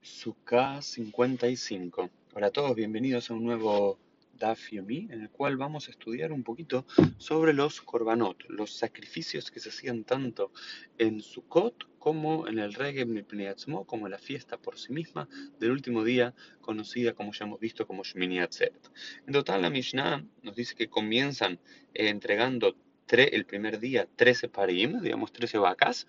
Sukkah 55. Hola a todos, bienvenidos a un nuevo Daf Yomi en el cual vamos a estudiar un poquito sobre los korbanot, los sacrificios que se hacían tanto en Sukkot como en el Regel Mipnei Atzmo, como la fiesta por sí misma del último día, conocida como ya hemos visto como Shmini Atzeret. En total, la Mishnah nos dice que comienzan entregando el primer día 13 parim, digamos 13 vacas,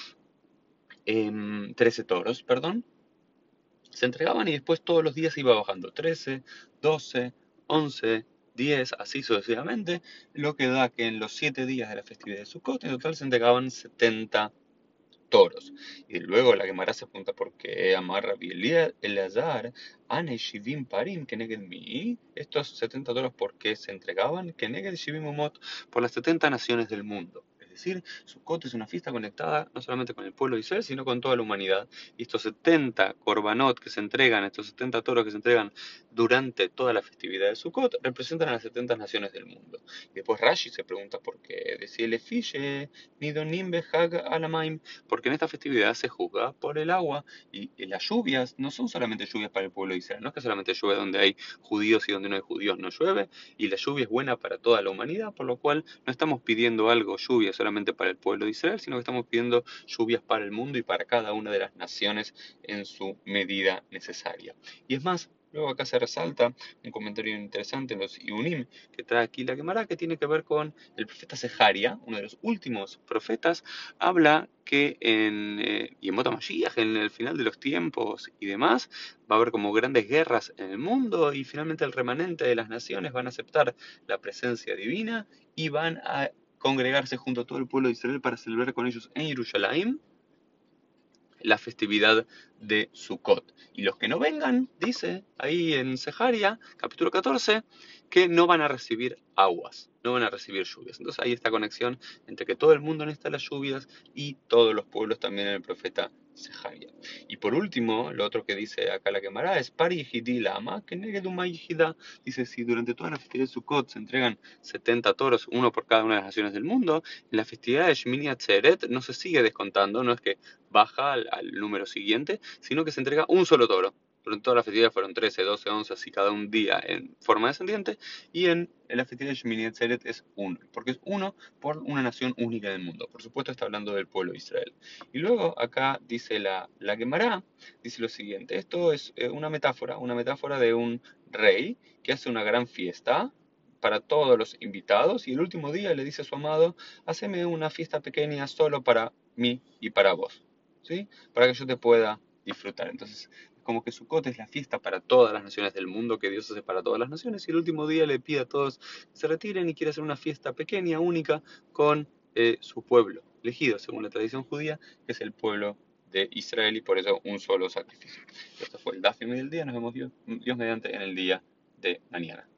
13 toros, perdón, se entregaban y después todos los días iba bajando, 13, 12, 11, 10, así sucesivamente, lo que da que en los 7 días de la festividad de Sukkot en total se entregaban 70 toros. Y luego la Gemara se pregunta por qué Amar Rabbi Elazar, Ane Shivim Parim, Keneged Mi, estos 70 toros, ¿por qué se entregaban? Keneged Shivim Umot, por las 70 naciones del mundo. Es decir, Sukkot es una fiesta conectada no solamente con el pueblo de Israel, sino con toda la humanidad. Y estos 70 korbanot que se entregan, estos 70 toros que se entregan durante toda la festividad de Sukkot, representan a las 70 naciones del mundo. Y después Rashi se pregunta por qué. Decía Lefiche, Nidonim Behag Alamaim, porque en esta festividad se juzga por el agua y las lluvias no son solamente lluvias para el pueblo de Israel, no es que solamente llueve donde hay judíos y donde no hay judíos no llueve, y la lluvia es buena para toda la humanidad, por lo cual no estamos pidiendo algo, lluvia solamente para el pueblo de Israel, sino que estamos pidiendo lluvias para el mundo y para cada una de las naciones en su medida necesaria. Y es más, luego acá se resalta un comentario interesante en los Iunim que trae aquí la Gemara, que tiene que ver con el profeta Sejaria, uno de los últimos profetas, habla que en Yemot HaMashiach, en el final de los tiempos y demás, va a haber como grandes guerras en el mundo y finalmente el remanente de las naciones van a aceptar la presencia divina y van a congregarse junto a todo el pueblo de Israel para celebrar con ellos en Jerusalén la festividad de Sukkot. Y los que no vengan, dice ahí en Sejaria, capítulo 14, que no van a recibir aguas, no van a recibir lluvias. Entonces hay esta conexión entre que todo el mundo necesita las lluvias y todos los pueblos también en el profeta Sejaria. Y por último, lo otro que dice acá la Gemara es Pari Yehidi Lama, que Negeduma Yehida. Dice, si durante toda la festividad de Sukkot se entregan 70 toros, uno por cada una de las naciones del mundo, en la festividad de Shmini Atzeret no se sigue descontando, no es que baja al número siguiente, sino que se entrega un solo toro. Durante toda la festividad fueron 13, 12, 11, así cada un día en forma descendiente, y en la festividad de Shmini Atzeret es uno, porque es uno por una nación única del mundo. Por supuesto está hablando del pueblo de Israel. Y luego acá dice la Gemara, dice lo siguiente, esto es una metáfora de un rey que hace una gran fiesta para todos los invitados y el último día le dice a su amado, haceme una fiesta pequeña solo para mí y para vos, ¿sí? Para que yo te pueda disfrutar. Entonces, como que Sukkot es la fiesta para todas las naciones del mundo, que Dios hace para todas las naciones, y el último día le pide a todos que se retiren y quiere hacer una fiesta pequeña, única, con su pueblo, elegido según la tradición judía, que es el pueblo de Israel, y por eso un solo sacrificio. Esto fue el Daf Yomi del día, nos vemos Dios mediante en el día de mañana.